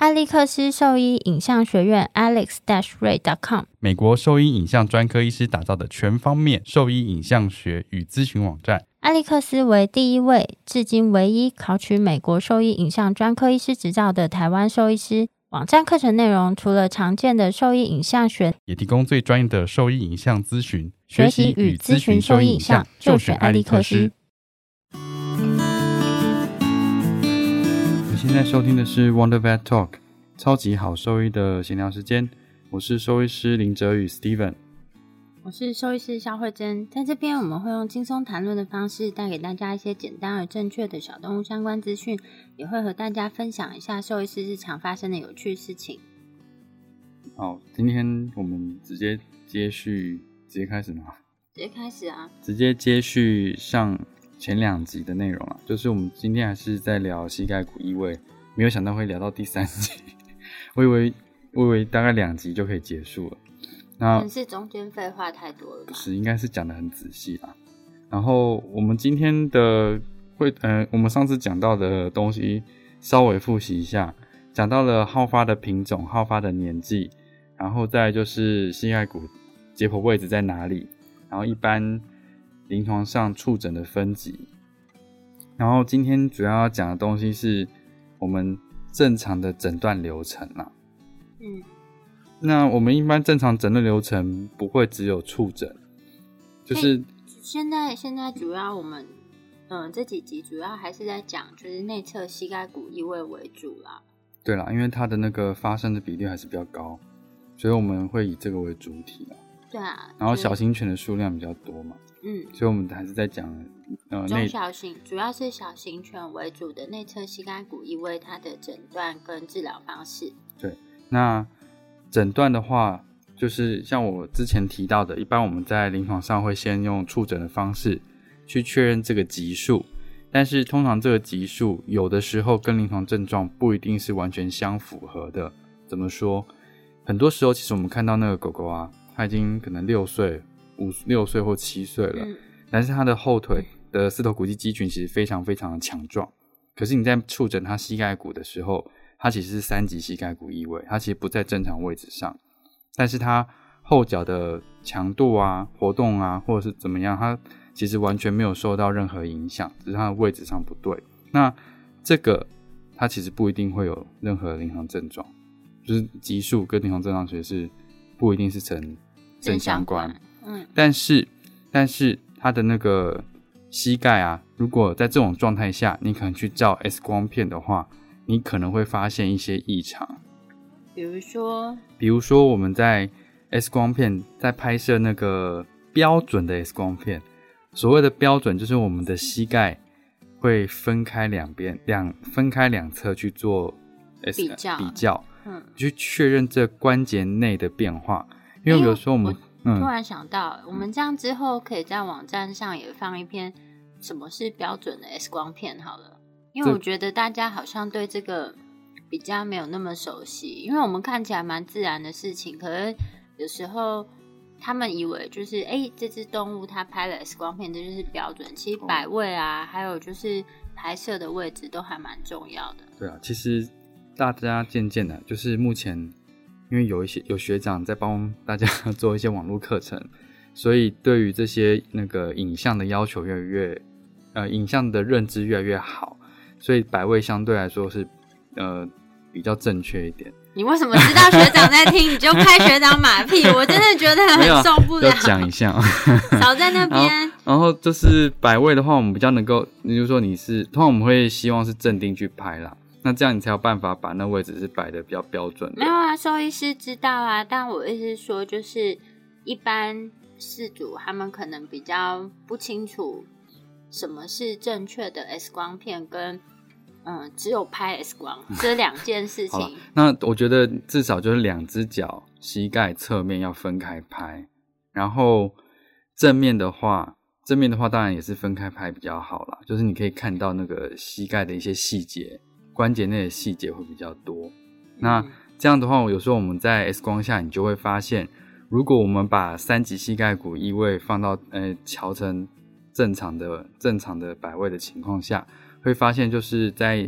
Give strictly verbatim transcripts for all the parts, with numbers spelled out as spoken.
艾利克斯兽医影像学院 alex dash ray dot com 美国兽医影像专科医师打造的全方面兽医影像学与咨询网站。 艾利克斯为第一位至今唯一考取美国兽医影像专科医师执照的台湾兽医师。网站课程内容除了常见的兽医影像学， 也提供最专业的兽医影像咨询。 学习与咨询兽医影像就选艾利克斯。 你现在收听的是 Wonder Vet Talk 超级好兽医的闲聊时间，我是兽医师林哲宇 Steven， 我是兽医师肖慧珍。在这边我们会用轻松谈论的方式带给大家一些简单而正确的小动物相关资讯，也会和大家分享一下兽医师日常发生的有趣事情。 好，今天我们直接接续直接开始吗？ 直接开始啊！ 直接接续上前两集的内容啊，就是我们今天还是在聊膝盖骨异位，没有想到会聊到第三集，我以为我以为大概两集就可以结束了。那但是中间废话太多了吧？ 不是，应该是讲得很仔细啦。然后我们今天的会，呃，我们上次讲到的东西稍微复习一下，讲到了好发的品种、好发的年纪，然后再来就是膝盖骨解剖位置在哪里，然后一般临床上触诊的分级。然后今天主要要讲的东西是我们正常的诊断流程啦。 嗯。 那我们一般正常诊断流程不会只有触诊，就是现在现在主要我们嗯这几集主要还是在讲就是内侧膝盖骨异位为主啦。 对啦，因为它的那个发生的比例还是比较高，所以我们会以这个为主体啦。 对啊。 然后小型犬的数量比较多嘛， 嗯， 所以我们还是在讲呃中小型主要是小型犬为主的内侧膝盖骨异位，它的诊断跟治疗方式。 对，那诊断的话，就是像我之前提到的，一般我们在临床上会先用触诊的方式去确认这个级数，但是通常这个级数有的时候跟临床症状不一定是完全相符合的。怎么说？很多时候其实我们看到那个狗狗啊，它已经可能六岁、五六岁或七岁了，嗯，但是它的后腿的四头股肌肌群其实非常非常的强壮，可是你在触诊它膝盖骨的时候，它其实是三级膝盖骨异位，它其实不在正常位置上，但是它后脚的强度啊、活动啊，或者是怎么样，它其实完全没有受到任何影响，只是它的位置上不对。那这个它其实不一定会有任何临床症状，就是级数跟临床症状其实是不一定是成正相关。嗯，但是但是它的那个膝盖啊，如果在这种状态下，你可能去照 X 光片的话，你可能会发现一些异常。 比如说比如说我们在 X 光片在拍摄那个标准的 X 光片，所谓的标准就是我们的膝盖会分开两边两分开两侧去做 X, 比较比较， 嗯， 去确认这关节内的变化。因为有时候我们、欸我突然想到、嗯、我们这样之后可以在网站上也放一篇什么是标准的 X 光片好了，因为我觉得大家好像对这个比较没有那么熟悉，因为我们看起来蛮自然的事情，可是有时候他们以为就是哎、欸，这只动物它拍了 X 光片这就是标准，其实摆位啊、哦、还有就是拍摄的位置都还蛮重要的。 对啊，其实大家渐渐的就是目前因为有一些有学长在帮大家做一些网络课程，所以对于这些那个影像的要求越来越呃影像的认知越来越好，所以摆位相对来说是呃比较正确一点。 你为什么知道学长在听你就拍学长马屁？我真的觉得很受不了。 要讲一下少在那边。 然, 然后就是摆位的话，我们比较能够，比如说你是通常我们会希望是正定去拍啦，那这样你才有办法把那位置是摆的比较标准的。 没有啊，兽医师知道啊，但我意思是说，就是一般饲主他们可能比较不清楚什么是正确的 X 光片跟嗯只有拍 X 光这两件事情。 那我觉得至少就是两只脚膝盖侧面要分开拍，然后正面的话。正面的话当然也是分开拍比较好啦，就是你可以看到那个膝盖的一些细节，关节内的细节会比较多。那这样的话，有时候我们在 X 光下你就会发现，如果我们把三级膝盖骨异位放到呃调成正常的正常的摆位的情况下，会发现就是在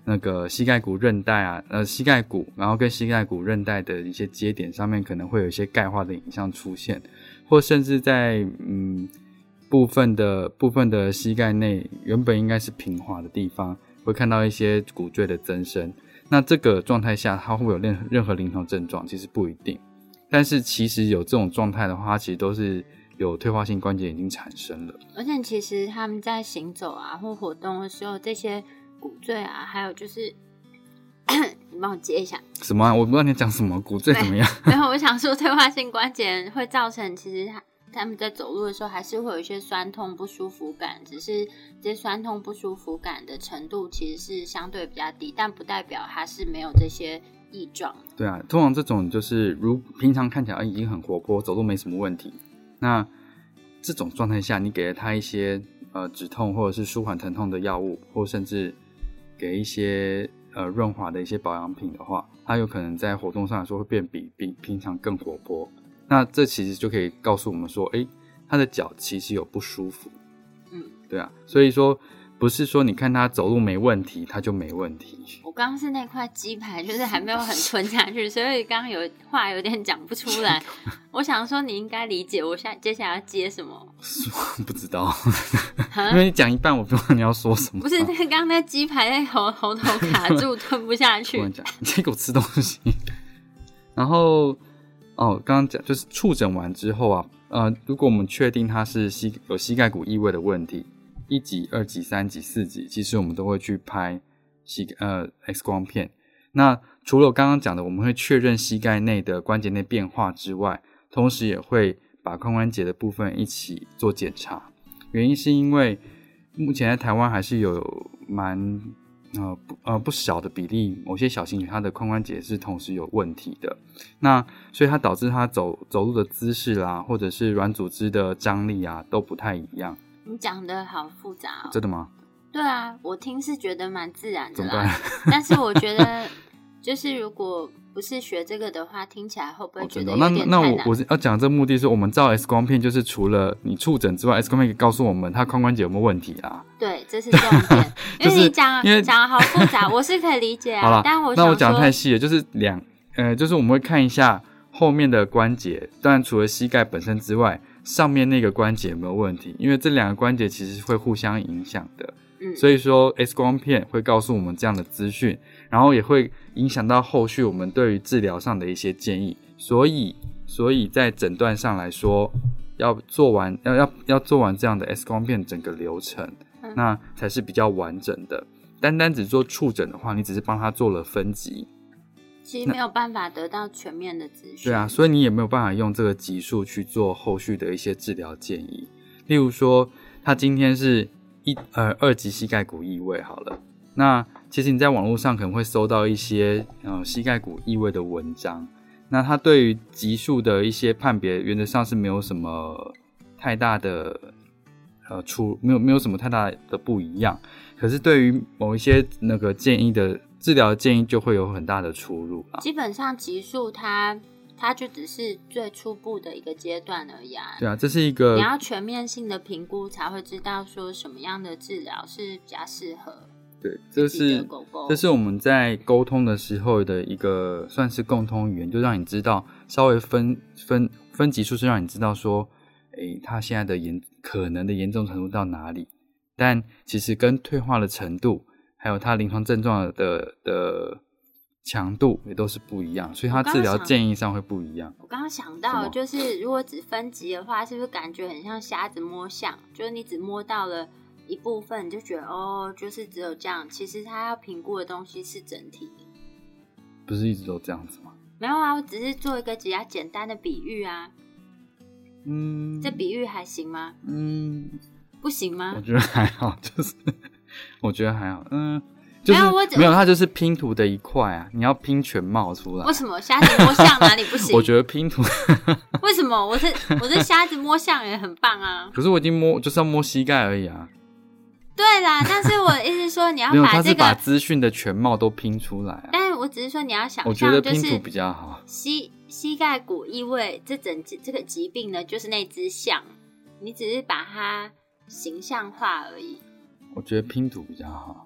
那个膝盖骨韧带啊，呃，膝盖骨，然后跟膝盖骨韧带的一些接点上面可能会有一些钙化的影像出现，或甚至在嗯部分的部分的膝盖内原本应该是平滑的地方，会看到一些骨赘的增生。那这个状态下，它会不会有任任何临床症状？其实不一定。但是其实有这种状态的话，它其实都是有退化性关节已经产生了。 而且其实他们在行走啊或活动的时候，这些骨赘啊，还有就是你帮我接一下。 什么啊？我不知道你讲什么，骨赘怎么样？ 没有，我想说退化性关节会造成，其实他他们在走路的时候还是会有一些酸痛不舒服感，只是这些酸痛不舒服感的程度其实是相对比较低，但不代表它是没有这些异状。 对啊，通常这种就是如平常看起来已经很活泼，走路没什么问题，那这种状态下你给了他一些呃止痛或者是舒缓疼痛的药物，或甚至给一些呃润滑的一些保养品的话，它有可能在活动上来说会变比比平常更活泼。那这其实就可以告诉我们说，诶，他的脚其实有不舒服。 嗯， 对啊，所以说不是说你看他走路没问题，他就没问题。 我刚刚是那块鸡排，就是还没有很吞下去，所以刚刚有话有点讲不出来。我想说你应该理解我下接下来要接什么。 不知道，因为你讲一半，我不知道你要说什么。 不是，那刚刚那鸡排在喉喉头卡住，吞不下去。 突然讲，你可以给我吃东西。然后哦，刚刚讲就是触诊完之后啊，呃，如果我们确定它是膝有膝盖骨异位的问题，一级、二级、三级、四级，其实我们都会去拍膝呃 X 光片。那除了我刚刚讲的，我们会确认膝盖内的关节内变化之外，同时也会把髋关节的部分一起做检查。原因是因为目前在台湾还是有蛮呃不呃不小的比例，某些小型犬它的髋关节是同时有问题的。那所以它导致它走走路的姿势啦，或者是软组织的张力啊，都不太一样。 你讲的好复杂哦。 真的吗？ 对啊，我听是觉得蛮自然的怎么啦， 办？ 但是我觉得就是如果不是学这个的话，听起来会不会觉得有点太难？ 那那我我要讲这个目的是我们照 X 光片，就是除了你触诊之外 ，X 光片可以告诉我们它髋关节有没有问题啊？ 对，这是重点。因为你讲因为讲好复杂，我是可以理解啊。好啦，但我想那我讲太细了，就是两呃，就是我们会看一下后面的关节，当然除了膝盖本身之外，上面那个关节有没有问题？因为这两个关节其实会互相影响的。嗯，所以说 X 光片会告诉我们这样的资讯，然后也会影响到后续我们对于治疗上的一些建议。所以，所以在诊断上来说，要做完要要要做完这样的 X 光片整个流程，嗯，那才是比较完整的。单单只做触诊的话，你只是帮他做了分级， 其实没有办法得到全面的资讯。 对啊，所以你也没有办法用这个级数去做后续的一些治疗建议。例如说，他今天是一呃二级膝盖骨异位好了，那其实你在网络上可能会搜到一些呃膝盖骨异位的文章，那它对于级数的一些判别，原则上是没有什么太大的呃出没有没有什么太大的不一样，可是对于某一些那个建议的治疗建议就会有很大的出入啦。 基本上级数它它就只是最初步的一个阶段而已啊。 对啊，这是一个你要全面性的评估才会知道说什么样的治疗是比较适合。 对，这是狗狗这是我们在沟通的时候的一个算是共通语言，就让你知道稍微分分分级数是让你知道说，诶，它现在的严可能的严重程度到哪里，但其实跟退化的程度，还有它临床症状的的强度也都是不一样，所以它治疗建议上会不一样。 我刚刚想到，就是如果只分级的话，是不是感觉很像瞎子摸象？就是你只摸到了一部分，你就觉得哦，就是只有这样。其实它要评估的东西是整体。 不是一直都这样子吗？ 没有啊，我只是做一个比较简单的比喻啊。嗯，这比喻还行吗？嗯，不行吗？ 我觉得还好，就是我觉得还好，嗯。就是、 没有，我没有，它就是拼图的一块啊！你要拼全貌出来。 为什么瞎子摸象哪里不行？ 我觉得拼图为什么？我这我这瞎子摸象也很棒啊！ 可是我已经摸，就是要摸膝盖而已啊。 对啦，但是我的意思是说，你要把、这个、 没有，他是把资讯的全貌都拼出来、啊。 但是我只是说，你要想象， 我觉得拼图比较好。 膝膝盖骨异位这整这个疾病呢，就是那只象，你只是把它形象化而已。 我觉得拼图比较好。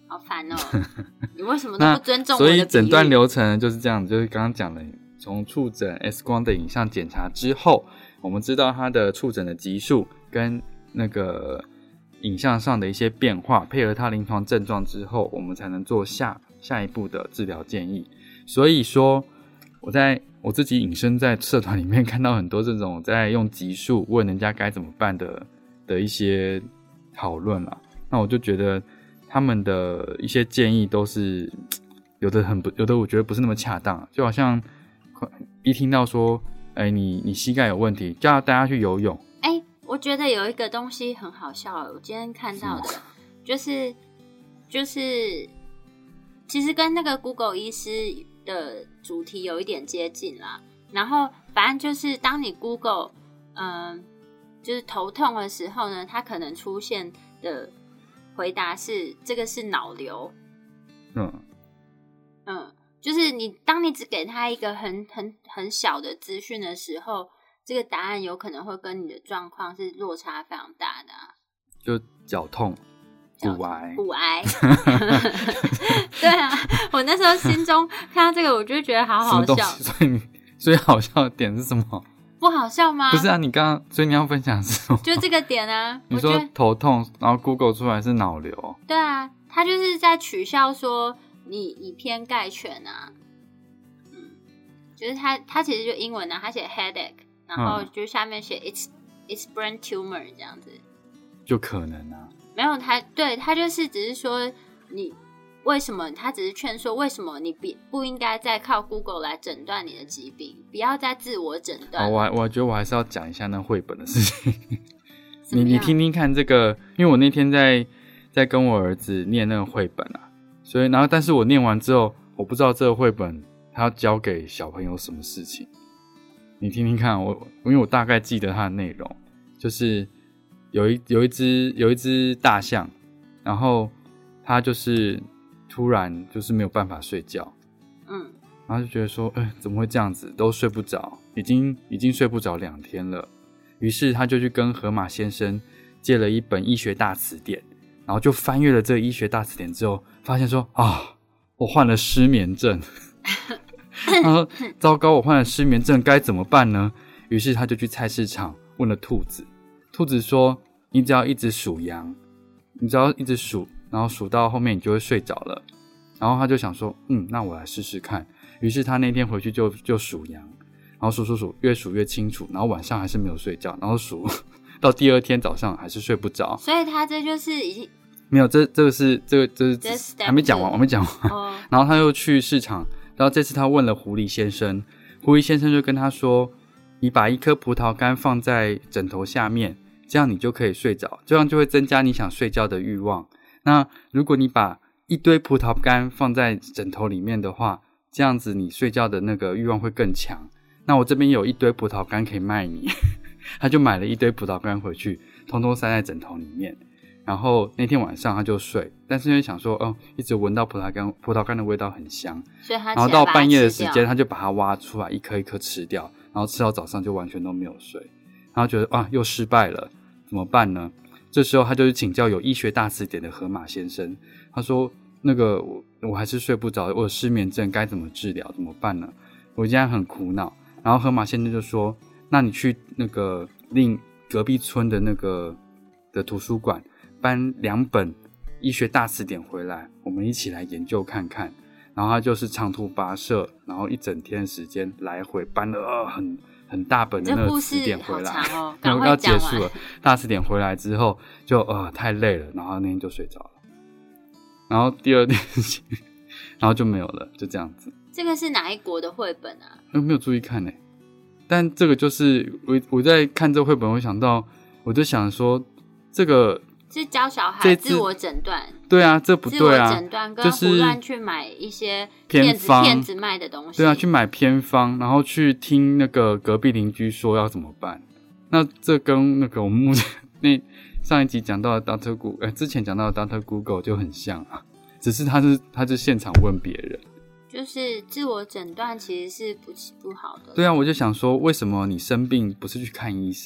好烦哦！你为什么都不尊重我的比喻？ 所以诊断流程就是这样，就是刚刚讲的，从触诊 X 光的影像检查之后，我们知道它的触诊的级数跟那个影像上的一些变化，配合它临床症状之后，我们才能做下下一步的治疗建议。所以说，我在我自己隐身在社团里面看到很多这种在用级数问人家该怎么办的的一些讨论啦，那我就觉得他们的一些建议都是有的很不，有的我觉得不是那么恰当，就好像一听到说，哎、欸，你你膝盖有问题，叫大家去游泳。 哎、欸，我觉得有一个东西很好笑，我今天看到的，就是就是其实跟那个 Google 医师的主题有一点接近啦。然后反正就是当你 Google 嗯、呃，就是头痛的时候呢，它可能出现的回答是这个是脑瘤。嗯嗯，就是你当你只给他一个很很很小的资讯的时候，这个答案有可能会跟你的状况是落差非常大的、啊。 就绞痛。骨癌， 骨癌，对啊，我那时候心中看到这个，我就觉得好好笑。 所以你，所以好笑的点是什么？ 不好笑吗？ 不是啊，你刚刚，所以你要分享什么？ 就这个点啊。 你说头痛，然后 Google 出来是脑瘤。 对啊，他就是在取笑说你以偏概全啊。嗯，就是他，他其实就英文啊，他写 headache， 然后就下面写 it's it's brain tumor 这样子。 就可能啊。 没有他，对他就是只是说你为什么，他只是劝说为什么你不不应该再靠 Google 来诊断你的疾病，不要再自我诊断。 哦，我我觉得我还是要讲一下那绘本的事情。你你听听看这个，因为我那天在在跟我儿子念那个绘本啊，所以然后但是我念完之后，我不知道这个绘本他要教给小朋友什么事情。你听听看，我因为我大概记得它的内容，就是。有一有一只有一只大象，然后它就是突然就是没有办法睡觉，嗯，然后就觉得说，哎、欸，怎么会这样子？都睡不着，已经已经睡不着两天了。于是他就去跟河马先生借了一本医学大词典，然后就翻阅了这个医学大词典之后，发现说啊，我患了失眠症。他说糟糕，我患了失眠症，该怎么办呢？于是他就去菜市场问了兔子。兔子说你只要一直数羊，你只要一直数，然后数到后面你就会睡着了。然后他就想说嗯，那我来试试看。于是他那天回去就就数羊，然后数数数，越数越清楚，然后晚上还是没有睡觉，然后数到第二天早上还是睡不着。 所以他这就是已经没有，这这个是这个这是还没讲完，我没讲完、oh. 然后他又去市场，然后这次他问了狐狸先生，狐狸先生就跟他说，你把一颗葡萄干放在枕头下面，这样你就可以睡着，这样就会增加你想睡觉的欲望。那如果你把一堆葡萄干放在枕头里面的话，这样子你睡觉的那个欲望会更强。那我这边有一堆葡萄干可以卖你。他就买了一堆葡萄干回去，通通塞在枕头里面。然后那天晚上他就睡，但是因为想说哦，一直闻到葡萄干葡萄干的味道很香， 所以他然后到半夜的时间他就把它挖出来一颗一颗吃掉，然后吃到早上就完全都没有睡。然后觉得啊，又失败了，怎么办呢？这时候他就去请教有医学大词典的河马先生，他说那个我我还是睡不着，我有失眠症，该怎么治疗？怎么办呢？我现在很苦恼。然后河马先生就说，那你去那个另隔壁村的那个的图书馆搬两本医学大词典回来，我们一起来研究看看。然后他就是长途跋涉，然后一整天的时间来回搬了、呃、很很大本的那个词典回来， 然后要结束了。大词典回来之后就呃太累了，然后那天就睡着了。然后第二天然后就没有了，就这样子。 这个是哪一国的绘本啊？ 我没有注意看欸，但这个就是我我在看这个绘本，我想到我就想说这个是教小孩自我诊断。 对啊，这不对啊， 自我诊断跟胡乱去买一些骗子骗子卖的东西。 对啊，去买偏方，然后去听那个隔壁邻居说要怎么办。那这跟那个我们目前那上一集讲到的 Doctor Google， 呃，之前讲到的 Doctor Google 就很像啊，只是他是他是现场问别人。 就是自我诊断其实是不不好的。 对啊，我就想说，为什么你生病不是去看医生？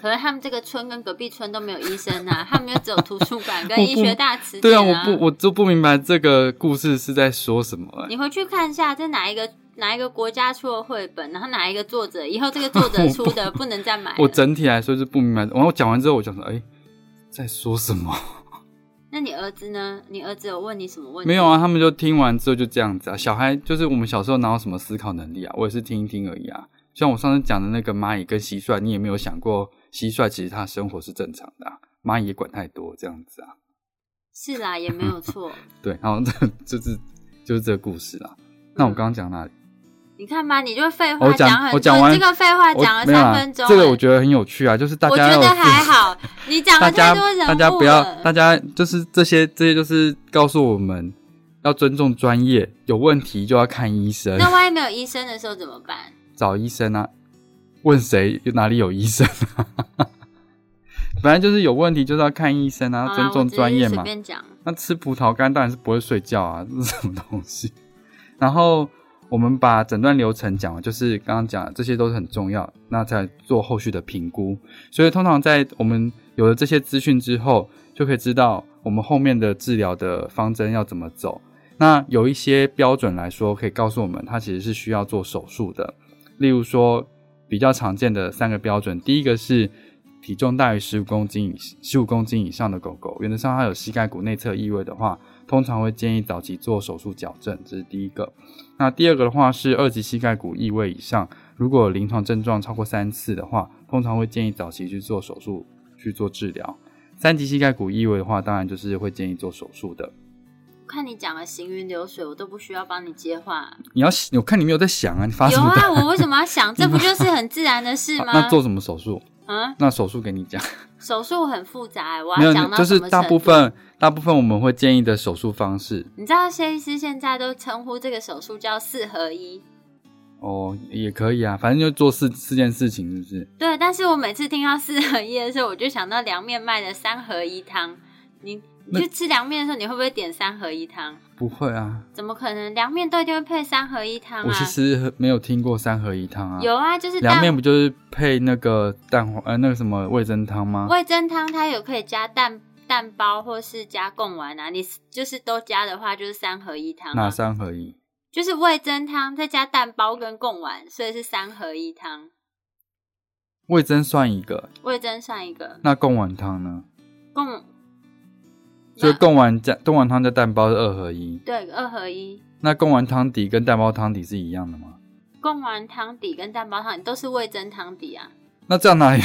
可是他们这个村跟隔壁村都没有医生啊，他们就只有图书馆跟医学大词典啊。 对啊，我不，我就不明白这个故事是在说什么、欸。 你回去看一下，这哪一个哪一个国家出的绘本，然后哪一个作者，以后这个作者出的不能再买了。 我整体来说是不明白。然后我讲完之后，我就说，哎、欸，在说什么？ 那你儿子呢？你儿子有问你什么问题？ 没有啊，他们就听完之后就这样子啊。小孩就是我们小时候哪有什么思考能力啊？我也是听一听而已啊。像我上次讲的那个蚂蚁跟蟋蟀，你也没有想过蟋蟀其实它生活是正常的啊，蚂蚁也管太多这样子啊。 是啦，也没有错。 对，然后这就是就是这个故事啦。那我刚刚讲哪里？ 你看吧，你就废话讲很多， 我讲完这个废话讲了三分钟、欸。 这个我觉得很有趣啊，就是大家我觉得还好，你讲了太多人物了。 大家不要，大家就是这些这些就是告诉我们要尊重专业，有问题就要看医生。 那万一没有医生的时候怎么办？ 找医生啊，问谁哪里有医生啊？本来就是有问题就是要看医生啊，尊重专业嘛。 随便讲。 那吃葡萄干当然是不会睡觉啊，这是什么东西？然后我们把诊断流程讲了，就是刚刚讲的这些都是很重要，那再做后续的评估。所以通常在我们有了这些资讯之后，就可以知道我们后面的治疗的方针要怎么走。那有一些标准来说，可以告诉我们它其实是需要做手术的。例如说比较常见的三个标准，第一个是体重大于十五公斤十五公斤以上的狗狗，原则上它有膝盖骨内侧异位的话，通常会建议早期做手术矫正，这是第一个。那第二个的话是二级膝盖骨异位以上，如果有临床症状超过三次的话，通常会建议早期去做手术去做治疗。三级膝盖骨异位的话，当然就是会建议做手术的。 看你讲的行云流水，我都不需要帮你接话。 你要，我看你没有在想啊，你发什么？ 有啊，我为什么要想？这不就是很自然的事吗？ 那做什么手术？ 嗯， 那手术给你讲。 手术很复杂，我要讲到什么程度？ 就是大部分大部分我们会建议的手术方式。 你知道谢医师现在都称呼这个手术叫四合一。 哦，也可以啊，反正就做四四件事情，是不是？ 对，但是我每次听到四合一的时候，我就想到凉面卖的三合一汤。你你去吃凉面的时候，你会不会点三合一汤？ 不会啊， 怎么可能？凉面都一定会配三合一汤啊！ 我其实没有听过三合一汤啊。 有啊，就是凉面不就是配那个蛋黄呃那个什么味噌汤吗？ 味噌汤它有可以加蛋蛋包或是加贡丸啊，你就是都加的话就是三合一汤、啊。 哪三合一？ 就是味噌汤再加蛋包跟贡丸，所以是三合一汤。 味噌算一个， 味噌算一个。 那贡丸汤呢？ 贡， 所以贡丸加贡丸汤加蛋包是二合一。 对，二合一。 那贡丸汤底跟蛋包汤底是一样的吗？ 贡丸汤底跟蛋包汤底都是味噌汤底啊。 那这样哪里？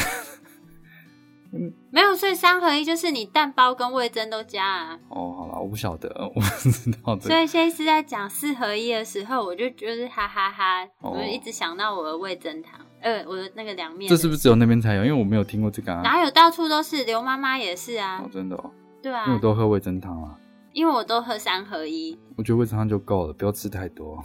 没有，所以三合一就是你蛋包跟味噌都加啊。 哦，好啦，我不晓得，我不知道这个。 所以现在是在讲四合一的时候，我就觉得哈哈哈， 哦、 我就一直想到我的味噌汤，呃，我的那个凉面。 这是不是只有那边才有？因为我没有听过这个啊。 哪有，到处都是，刘妈妈也是啊。 哦，真的哦。 对啊， 因为我都喝味噌汤啊。 因为我都喝三合一。 我觉得味噌汤就够了，不要吃太多。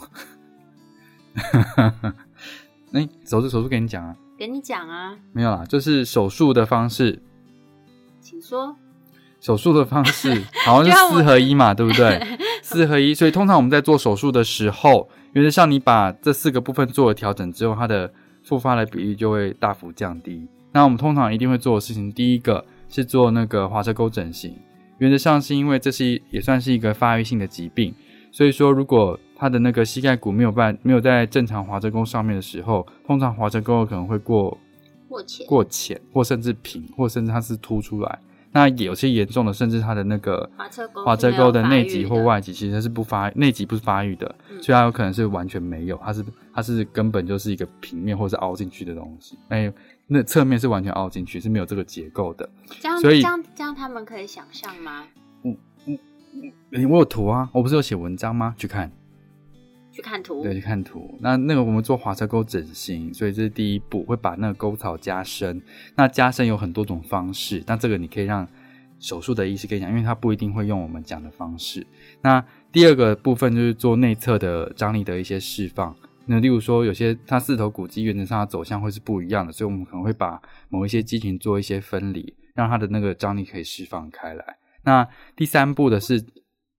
那、欸、手术手术给你讲啊。 给你讲啊。 没有啦，就是手术的方式。 请说。 手术的方式好像是四合一嘛，对不对？四合一，所以通常我们在做手术的时候，原则上你把这四个部分做了调整之后，它的复发的比例就会大幅降低。那我们通常一定会做的事情，第一个是做那个滑车沟整形。原则上是因为这是也算是一个发育性的疾病，所以说如果它的那个膝盖骨没有办没有在正常滑车沟上面的时候，通常滑车沟可能会过过浅， 过浅，或甚至平，或甚至它是凸出来。那有些严重的，甚至它的那个滑车沟的内脊或外脊其实是不发内脊不是发育的、嗯，所以它有可能是完全没有，它是它是根本就是一个平面或是凹进去的东西。哎，那侧面是完全凹进去，是没有这个结构的。 这样所以这样这样他们可以想象吗？ 我我我有图啊，我不是有写文章吗？去看。 去看图， 对，去看图。那那个我们做滑车沟整形，所以这是第一步，会把那个沟槽加深。那加深有很多种方式，那这个你可以让手术的医师跟你讲，因为他不一定会用我们讲的方式。那第二个部分就是做内侧的张力的一些释放。那例如说，有些它四头骨肌原则上它走向会是不一样的，所以我们可能会把某一些肌群做一些分离，让它的那个张力可以释放开来。那第三步的是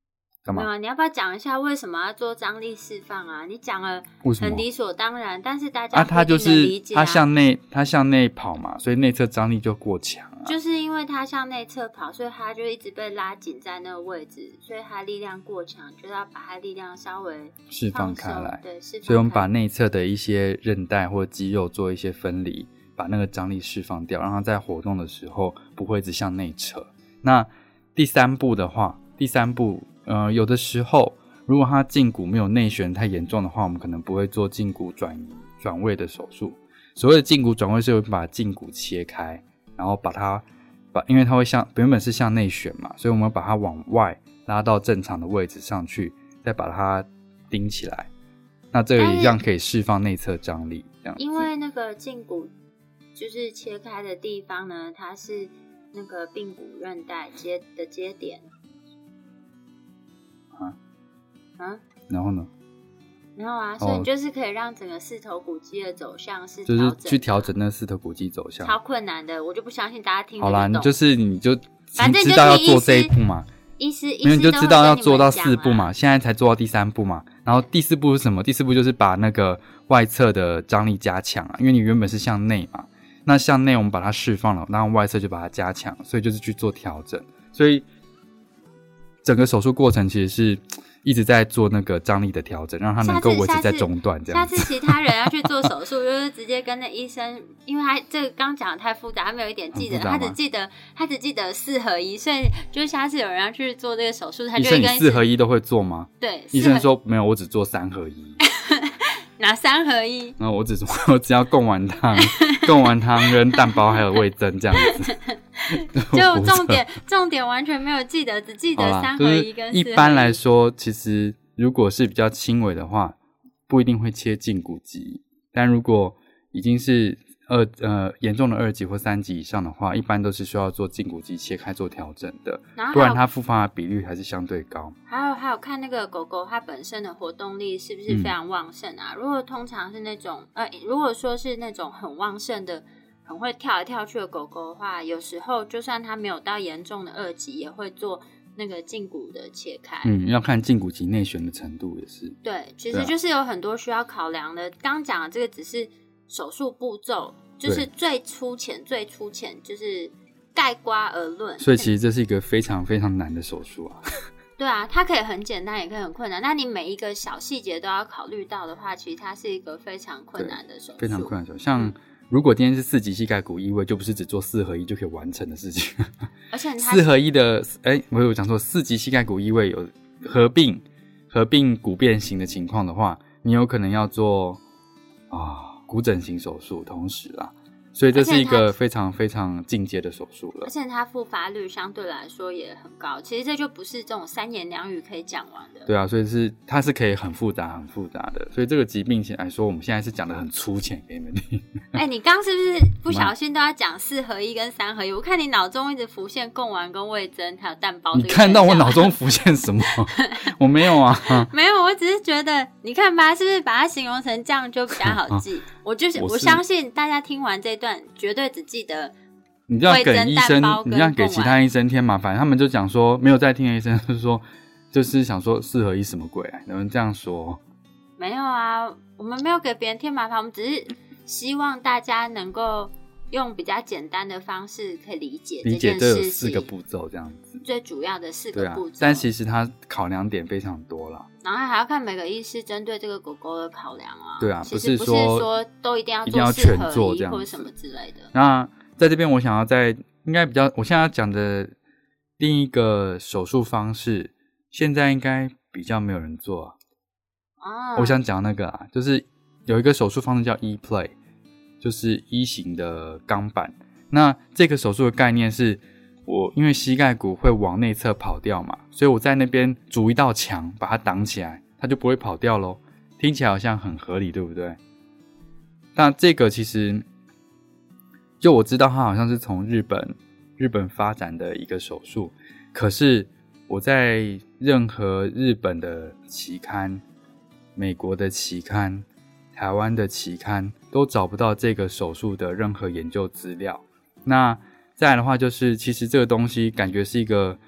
干嘛？ 没有啊，你要不要讲一下为什么要做张力释放啊？你讲了很理所当然，但是大家啊，它就是理解啊， 它向内，它向内跑嘛，所以内侧张力就过强啊。 就是因为它向内侧跑，所以它就一直被拉紧在那个位置，所以它力量过强，就要把它力量稍微释放开来。 对，释放开来。 所以我们把内侧的一些韧带或肌肉做一些分离，把那个张力释放掉，让它在活动的时候不会一直向内扯。那第三步的话，第三步。呃，有的时候，如果它胫骨没有内旋太严重的话，我们可能不会做胫骨转移转位的手术。所谓的胫骨转位是会把胫骨切开，然后把它把，因为它会向原本是向内旋嘛，所以我们把它往外拉到正常的位置上去，再把它钉起来。那这个一样可以释放内侧张力，这样子。 因为那个胫骨就是切开的地方呢，它是那个髌骨韧带接的接点。 啊啊， 然后呢？ 没有啊，所以就是可以让整个四头骨肌的走向是就是去调整那四头骨肌走向， 超困难的，我就不相信大家听得懂。 好啦，你就是你就反正知道要做这一步嘛， 医师因为你就知道要做到四步嘛，现在才做到第三步嘛。然后第四步是什么？第四步就是把那个外侧的张力加强啊，因为你原本是向内嘛，那向内我们把它释放了，然后外侧就把它加强，所以就是去做调整，所以。整个手术过程其实是一直在做那个张力的调整，让它能够维持在中段这样子。 下次其他人要去做手术，就是直接跟那医生，因为他这个刚讲的太复杂，他没有一点记得，他只记得他只记得四合一，所以就是下次有人要去做这个手术，他就会跟医生你四合一都会做吗？ 对， 医生说没有，我只做三合一。 哪三合一？ 然后我只我只要贡丸汤、贡丸汤跟蛋包还有味噌这样子。 就重点重点完全没有记得，只记得三合一跟四合一。 就是、一般来说，其实如果是比较轻微的话，不一定会切胫骨肌。但如果已经是二呃严重的二级或三级以上的话，一般都是需要做胫骨肌切开做调整的，不然它复发的比率还是相对高。 还有还有看那个狗狗它本身的活动力是不是非常旺盛啊？嗯、如果通常是那种呃，如果说是那种很旺盛的。很会跳来跳去的狗狗的话，有时候就算它没有到严重的二级，也会做那个胫骨的切开。 嗯，要看胫骨肌内旋的程度也是。 对，其实就是有很多需要考量的。刚刚讲的这个只是手术步骤，就是最粗浅、最粗浅，就是概括而论。 所以其实这是一个非常非常难的手术啊。 对啊，它可以很简单，也可以很困难。那你每一个小细节都要考虑到的话，其实它是一个非常困难的手术， 非常困难的手术。像、嗯如果今天是四级膝盖骨移位，就不是只做四合一就可以完成的事情。 而且四合一的，哎，我有讲错，四级膝盖骨移位有合并合并骨变形的情况的话，你有可能要做啊骨整形手术，同时啦。所以这是一个非常非常进阶的手术了， 而且它复发率相对来说也很高。其实这就不是这种三言两语可以讲完的。 对啊，所以是它是可以很复杂、很复杂的。所以这个疾病来说，我们现在是讲的很粗浅给你们听。 哎、欸，你刚是不是不小心都要讲四合一跟三合一？我看你脑中一直浮现贡丸跟味噌还有蛋包。 你看到我脑中浮现什么？我没有啊， 没有，我只是觉得你看吧，是不是把它形容成这样就比较好记？我就是我相信大家听完这段。绝对只记得你这样给医生，你这样给其他医生添麻烦，他们就讲说没有在听的医生就是说，就是想说四合一什么鬼啊？有人这样说？ 没有啊，我们没有给别人添麻烦，我们只是希望大家能够用比较简单的方式可以理解这件事情。理解这有四个步骤这样子， 最主要的四个步骤、 啊。但其实它考量点非常多啦。 然后还要看每个医师针对这个狗狗的考量啊。 对啊， 不是说不是说都一定要做四合一或者什么之类的。 那在这边我想要在应该比较，我现在要讲的另一个手术方式，现在应该比较没有人做啊。 哦， 我想讲那个啊，就是有一个手术方式叫 E-play， 就是一型的钢板。那这个手术的概念是，我因为膝盖骨会往内侧跑掉嘛，所以我在那边筑一道墙把它挡起来，它就不会跑掉咯。听起来好像很合理，对不对？那这个其实就我知道它好像是从日本日本发展的一个手术，可是我在任何日本的期刊、美国的期刊、台湾的期刊都找不到这个手术的任何研究资料。那再来的话就是其实这个东西感觉是一个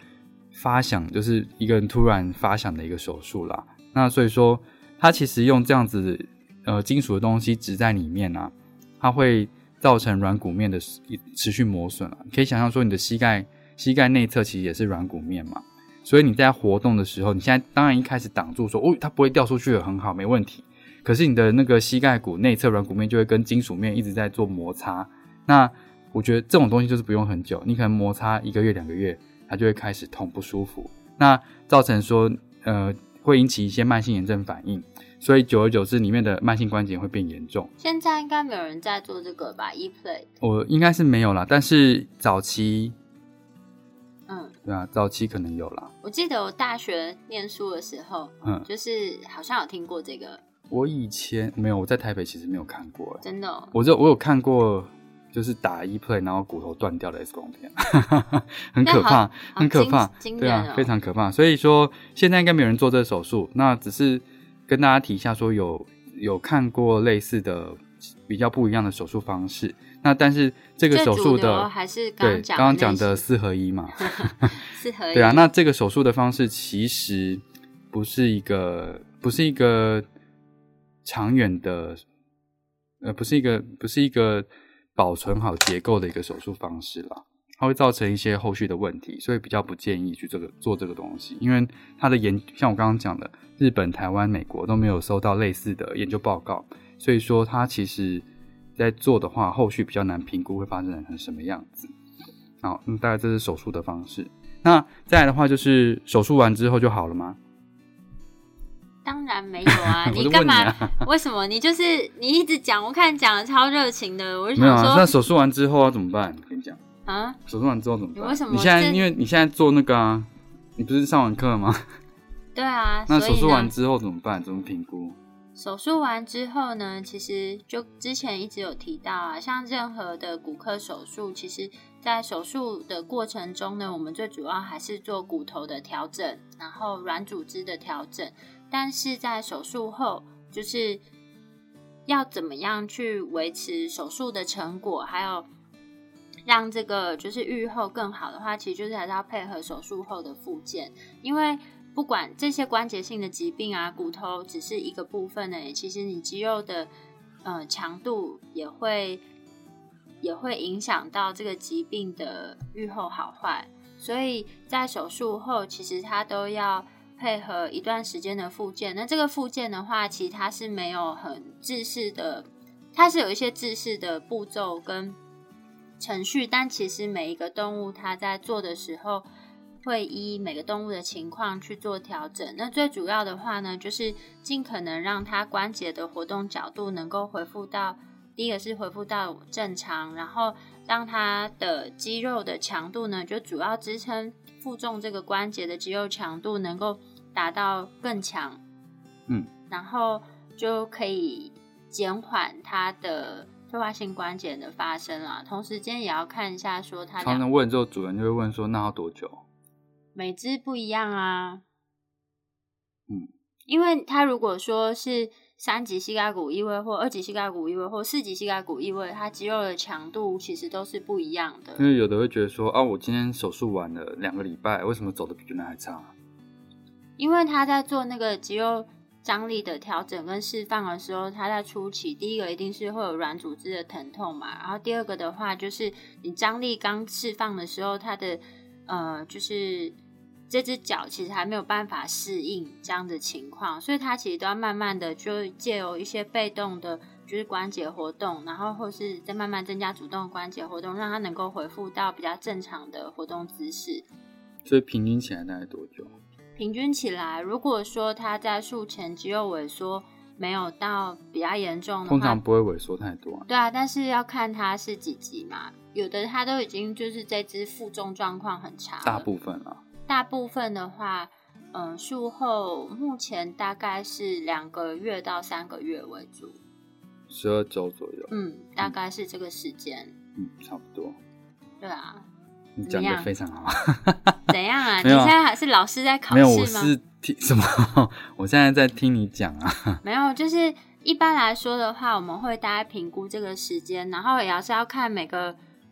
发想，就是一个人突然发想的一个手术啦。那所以说它其实用这样子呃金属的东西植在里面啊，它会造成软骨面的持续磨损了。你可以想象说你的膝盖膝盖内侧其实也是软骨面嘛，所以你在活动的时候，你现在当然一开始挡住说哦它不会掉出去的很好没问题，可是你的那个膝盖骨内侧软骨面就会跟金属面一直在做摩擦。那我觉得这种东西就是不用很久，你可能摩擦一个月两个月它就会开始痛不舒服，那造成说呃会引起一些慢性炎症反应，所以久而久之里面的慢性关节会变严重。 现在应该没有人在做这个吧 E-plate？ 我应该是没有啦，但是早期嗯， 对啊，早期可能有啦。 我记得我大学念书的时候嗯，就是好像有听过这个。 我以前没有，我在台北其实没有看过耶。 真的哦？ 我就我有看过就是打 E-plate 然后骨头断掉的 X 光片很可怕很可怕，对啊，非常可怕。所以说现在应该没有人做这个手术，那只是跟大家提一下说有有看过类似的比较不一样的手术方式。那但是这个手术的还是刚刚对刚刚讲的四合一嘛四合一对啊，那这个手术的方式其实不是一个不是一个长远的呃不是一个不是一个保存好结构的一个手术方式啦，它会造成一些后续的问题，所以比较不建议去这个做这个东西，因为它的研像我刚刚讲的，日本、台湾、美国都没有收到类似的研究报告，所以说它其实在做的话，后续比较难评估会发生成什么样子。好，那大概这是手术的方式。那再来的话，就是手术完之后就好了吗？ 当然没有啊！你干嘛？啊、为什么？你就是你一直讲，我看你讲的超热情的，我就想说， 没有啊。那手术完之后要怎么办？跟你讲啊， 手术完之后怎么办？ 你为什么？ 你现在因为你现在做那个啊，你不是上完课吗？ 对啊。 那手术完之后怎么办？怎么评估？ 手术完之后呢，其实就之前一直有提到啊，像任何的骨科手术，其实在手术的过程中呢，我们最主要还是做骨头的调整，然后软组织的调整。但是在手术后，就是要怎么样去维持手术的成果，还有让这个就是愈后更好的话，其实就是还是要配合手术后的复健。因为不管这些关节性的疾病啊，骨头只是一个部分呢，其实你肌肉的呃强度也会也会影响到这个疾病的愈后好坏。所以在手术后，其实它都要配合一段时间的复健。那这个复健的话，其实它是没有很制式的，它是有一些制式的步骤跟程序，但其实每一个动物它在做的时候会依每个动物的情况去做调整。那最主要的话呢，就是尽可能让它关节的活动角度能够恢复到，第一个是恢复到正常，然后让它的肌肉的强度呢，就主要支撑负重这个关节的肌肉强度能够达到更强， 嗯， 然后就可以减缓它的退化性关节的发生啦。同时间也要看一下说它常常问之后，主人就会问说，那要多久？ 每只不一样啊， 嗯， 因为它如果说是三级膝盖骨异位或二级膝盖骨异位或四级膝盖骨异位，它肌肉的强度其实都是不一样的。 因为有的会觉得说啊，我今天手术完了两个礼拜，为什么走的比原来还差？ 因为他在做那个肌肉张力的调整跟释放的时候，他在初期第一个一定是会有软组织的疼痛嘛，然后第二个的话就是你张力刚释放的时候，它的呃就是这只脚其实还没有办法适应这样的情况，所以它其实都要慢慢的就借由一些被动的就是关节活动，然后或是再慢慢增加主动的关节活动，让它能够恢复到比较正常的活动姿势。 所以平均起来大概多久？ 平均起来，如果说它在术前肌肉萎缩没有到比较严重的话， 通常不会萎缩太多、啊。 对啊，但是要看它是几级嘛，有的它都已经就是这只负重状况很差了。 大部分啊。 大部分的话，嗯，术后目前大概是两个月到三个月为主， 十二周左右。 嗯，大概是这个时间。 嗯，差不多。 对啊。 你讲得非常好。 怎样啊？你现在还是老师在考试吗？ 没有，我是听什么？我现在在听你讲啊。 没有，就是一般来说的话，我们会大概评估这个时间，然后也要是要看每个。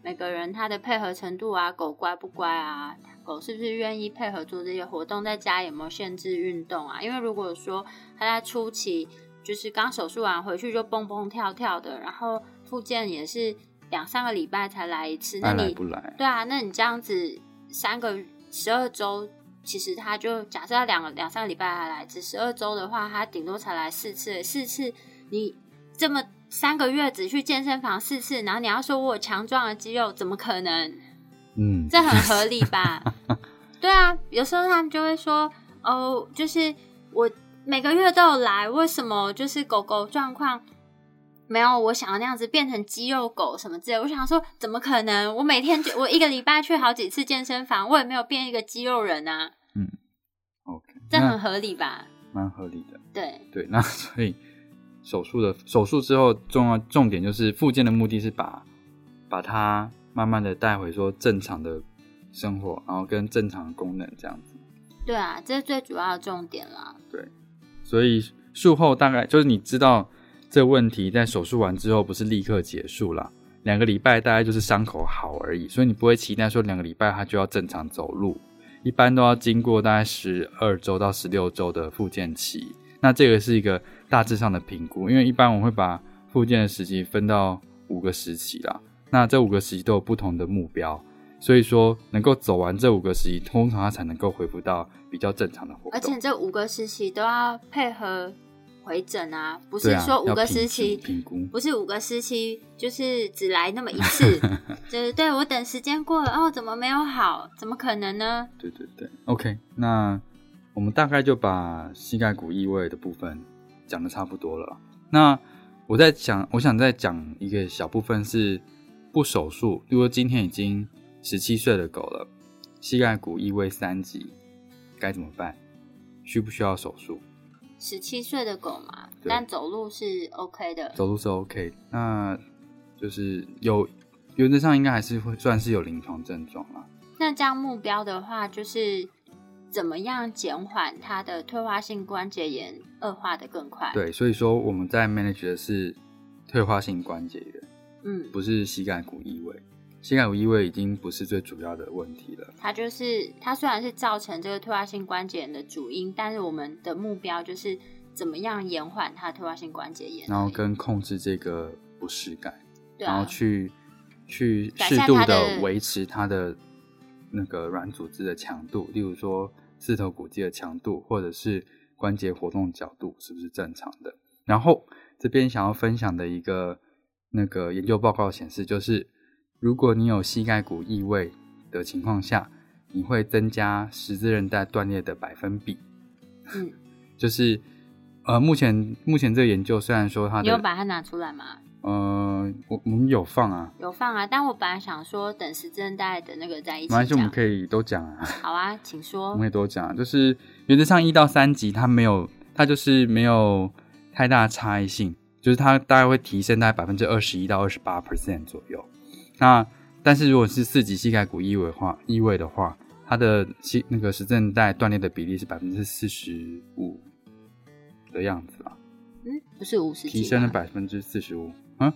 每个人他的配合程度啊，狗乖不乖啊，狗是不是愿意配合做这些活动，在家有没有限制运动啊？因为如果说他在初期就是刚手术完回去就蹦蹦跳跳的，然后复健也是两三个礼拜才来一次，那你爱来不来？对啊，那你这样子三个十二周，其实他就假设他两个两三个礼拜才来一次，十二周的话，他顶多才来四次，四次你这么三个月只去健身房四次，然后你要说我有强壮的肌肉，怎么可能？ 嗯， 这很合理吧？对啊，有时候他们就会说，哦，就是我每个月都有来，为什么就是狗狗状况没有我想要那样子变成肌肉狗什么之类的？我想说，怎么可能？我每天我一个礼拜去好几次健身房，我也没有变一个肌肉人啊。 嗯 ，OK， 这很合理吧？ 蛮合理的。 对对，那所以手术的手术之后，重要重点就是复健的目的是把把它慢慢的带回说正常的生活，然后跟正常的功能这样子。 对啊，这是最主要的重点啦。 对，所以术后大概就是你知道这个问题在手术完之后不是立刻结束啦，两个礼拜大概就是伤口好而已，所以你不会期待说两个礼拜它就要正常走路，一般都要经过大概十二周到十六周的复健期。那这个是一个大致上的评估，因为一般我们会把复健的时期分到五个时期啦，那这五个时期都有不同的目标，所以说能够走完这五个时期，通常它才能够恢复到比较正常的活动。 而且这五个时期都要配合回诊啊，不是说五个时期评估， 不是五个时期就是只来那么一次，就是对我等时间过了哦，怎么没有好？怎么可能呢？ 对对对 ，OK， 那我们大概就把膝盖骨异位的部分讲的差不多了。那我在讲，我想再讲一个小部分是不手术，如果今天已经十七岁的狗了，膝盖骨异位三级该怎么办？需不需要手术？ 十七岁的狗嘛，但走路是 OK 的， 走路是 OK， 那就是有原则上应该还是会算是有临床症状啦。 那这样目标的话，就是怎么样减缓它的退化性关节炎恶化的更快？ 对，所以说我们在 manage 的是退化性关节炎， 嗯， 不是膝盖骨异位。膝盖骨异位已经不是最主要的问题了， 它就是它虽然是造成这个退化性关节炎的主因，但是我们的目标就是怎么样延缓它退化性关节炎， 然后跟控制这个不适感， 对啊， 然后去去适度的维持它的那个软组织的强度，例如说四头骨肌的强度，或者是关节活动角度是不是正常的。然后这边想要分享的一个那个研究报告显示，就是如果你有膝盖骨异位的情况下，你会增加十字韧带断裂的百分比。 嗯， 就是呃，目前目前这个研究虽然说它的， 你有把它拿出来吗？ 呃，我我们有放啊， 有放啊，但我本来想说等十字韧带的那个在一起讲。 没关系，我们可以都讲啊。 好啊，请说。 我们可以都讲，就是原则上一到三级它没有，它就是没有太大的差异性，就是它大概会提升大概百分之二十一到二十八 percent 左右。那但是如果是四级膝盖骨异位的话，异位的话，它的膝那个十字韧带断裂的比例是百分之四十五的样子啦。 嗯，不是五十， 提升了百分之四十五，嗯，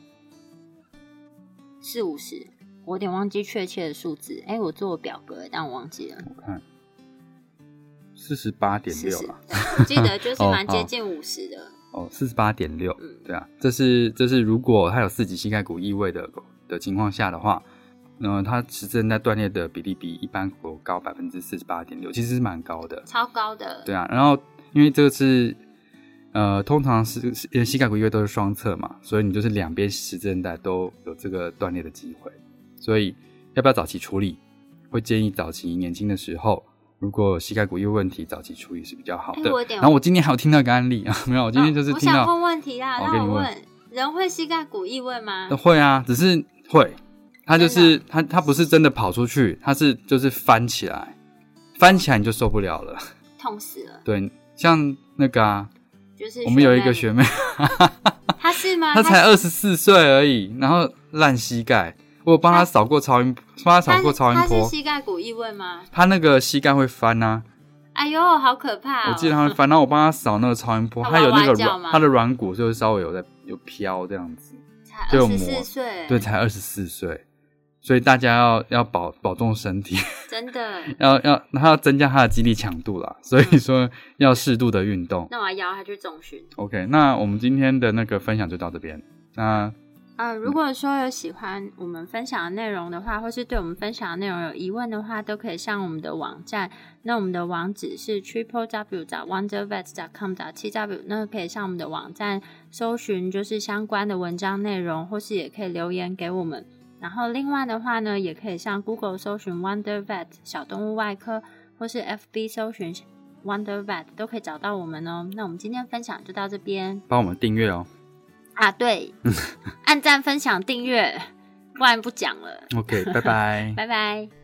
是五十，我有点忘记确切的数字。哎、欸，我做表格，但我忘记了。 我看四十八点六啦， 我记得就是蛮接近五十的。 哦，四十八点六，对啊，这是这是如果它有四级膝盖骨异位的狗的情况下的话，呃，它十字韧带断裂的比例比一般狗高百分之四十八点六，其实是蛮高的， 超高的。 对啊，然后因为这个是呃，通常是膝盖骨异位都是双侧嘛，所以你就是两边十字韧带都有这个断裂的机会，所以要不要早期处理？会建议早期年轻的时候，如果膝盖骨异位问题，早期处理是比较好的。 欸、 然后我今天还有听到一个案例啊，没有，我今天就是听到。 哦、我想问问题啦， 哦、 让我问，人会膝盖骨异位吗？ 会啊，只是会，他就是他他不是真的跑出去，他是就是翻起来，翻起来你就受不了了， 痛死了。 对，像那个啊， 就是我们有一个学妹， 她是吗？ 她才二十四岁而已，然后烂膝盖。我有帮他扫过超音，帮他扫过超音波。 他是膝盖骨异位吗？ 他那个膝盖会翻啊！ 哎呦，好可怕、哦！ 我记得他会翻，然后我帮他扫那个超音波，他有那个软，他的软骨就是稍微有在有飘这样子， 才二十四岁， 对，才二十四岁， 所以大家要要保保重身体， 真的要要他要增加他的肌力强度啦，所以说要适度的运动。 那我要邀他去重训。 OK， 那我们今天的那个分享就到这边。那呃，如果说有喜欢我们分享的内容的话，或是对我们分享的内容有疑问的话，都可以上我们的网站。那我们的网址是 triple w 点 wondervet 点 com 点 t w， 那可以上我们的网站搜寻就是相关的文章内容，或是也可以留言给我们。然后另外的话呢，也可以上 Google 搜寻 Wonder Vet 小动物外科，或是 F B 搜寻 Wonder Vet 都可以找到我们哦。那我们今天分享就到这边， 帮我们订阅哦。 啊，对，按赞、分享、订阅，不然不讲了。 OK， 拜拜， 拜拜。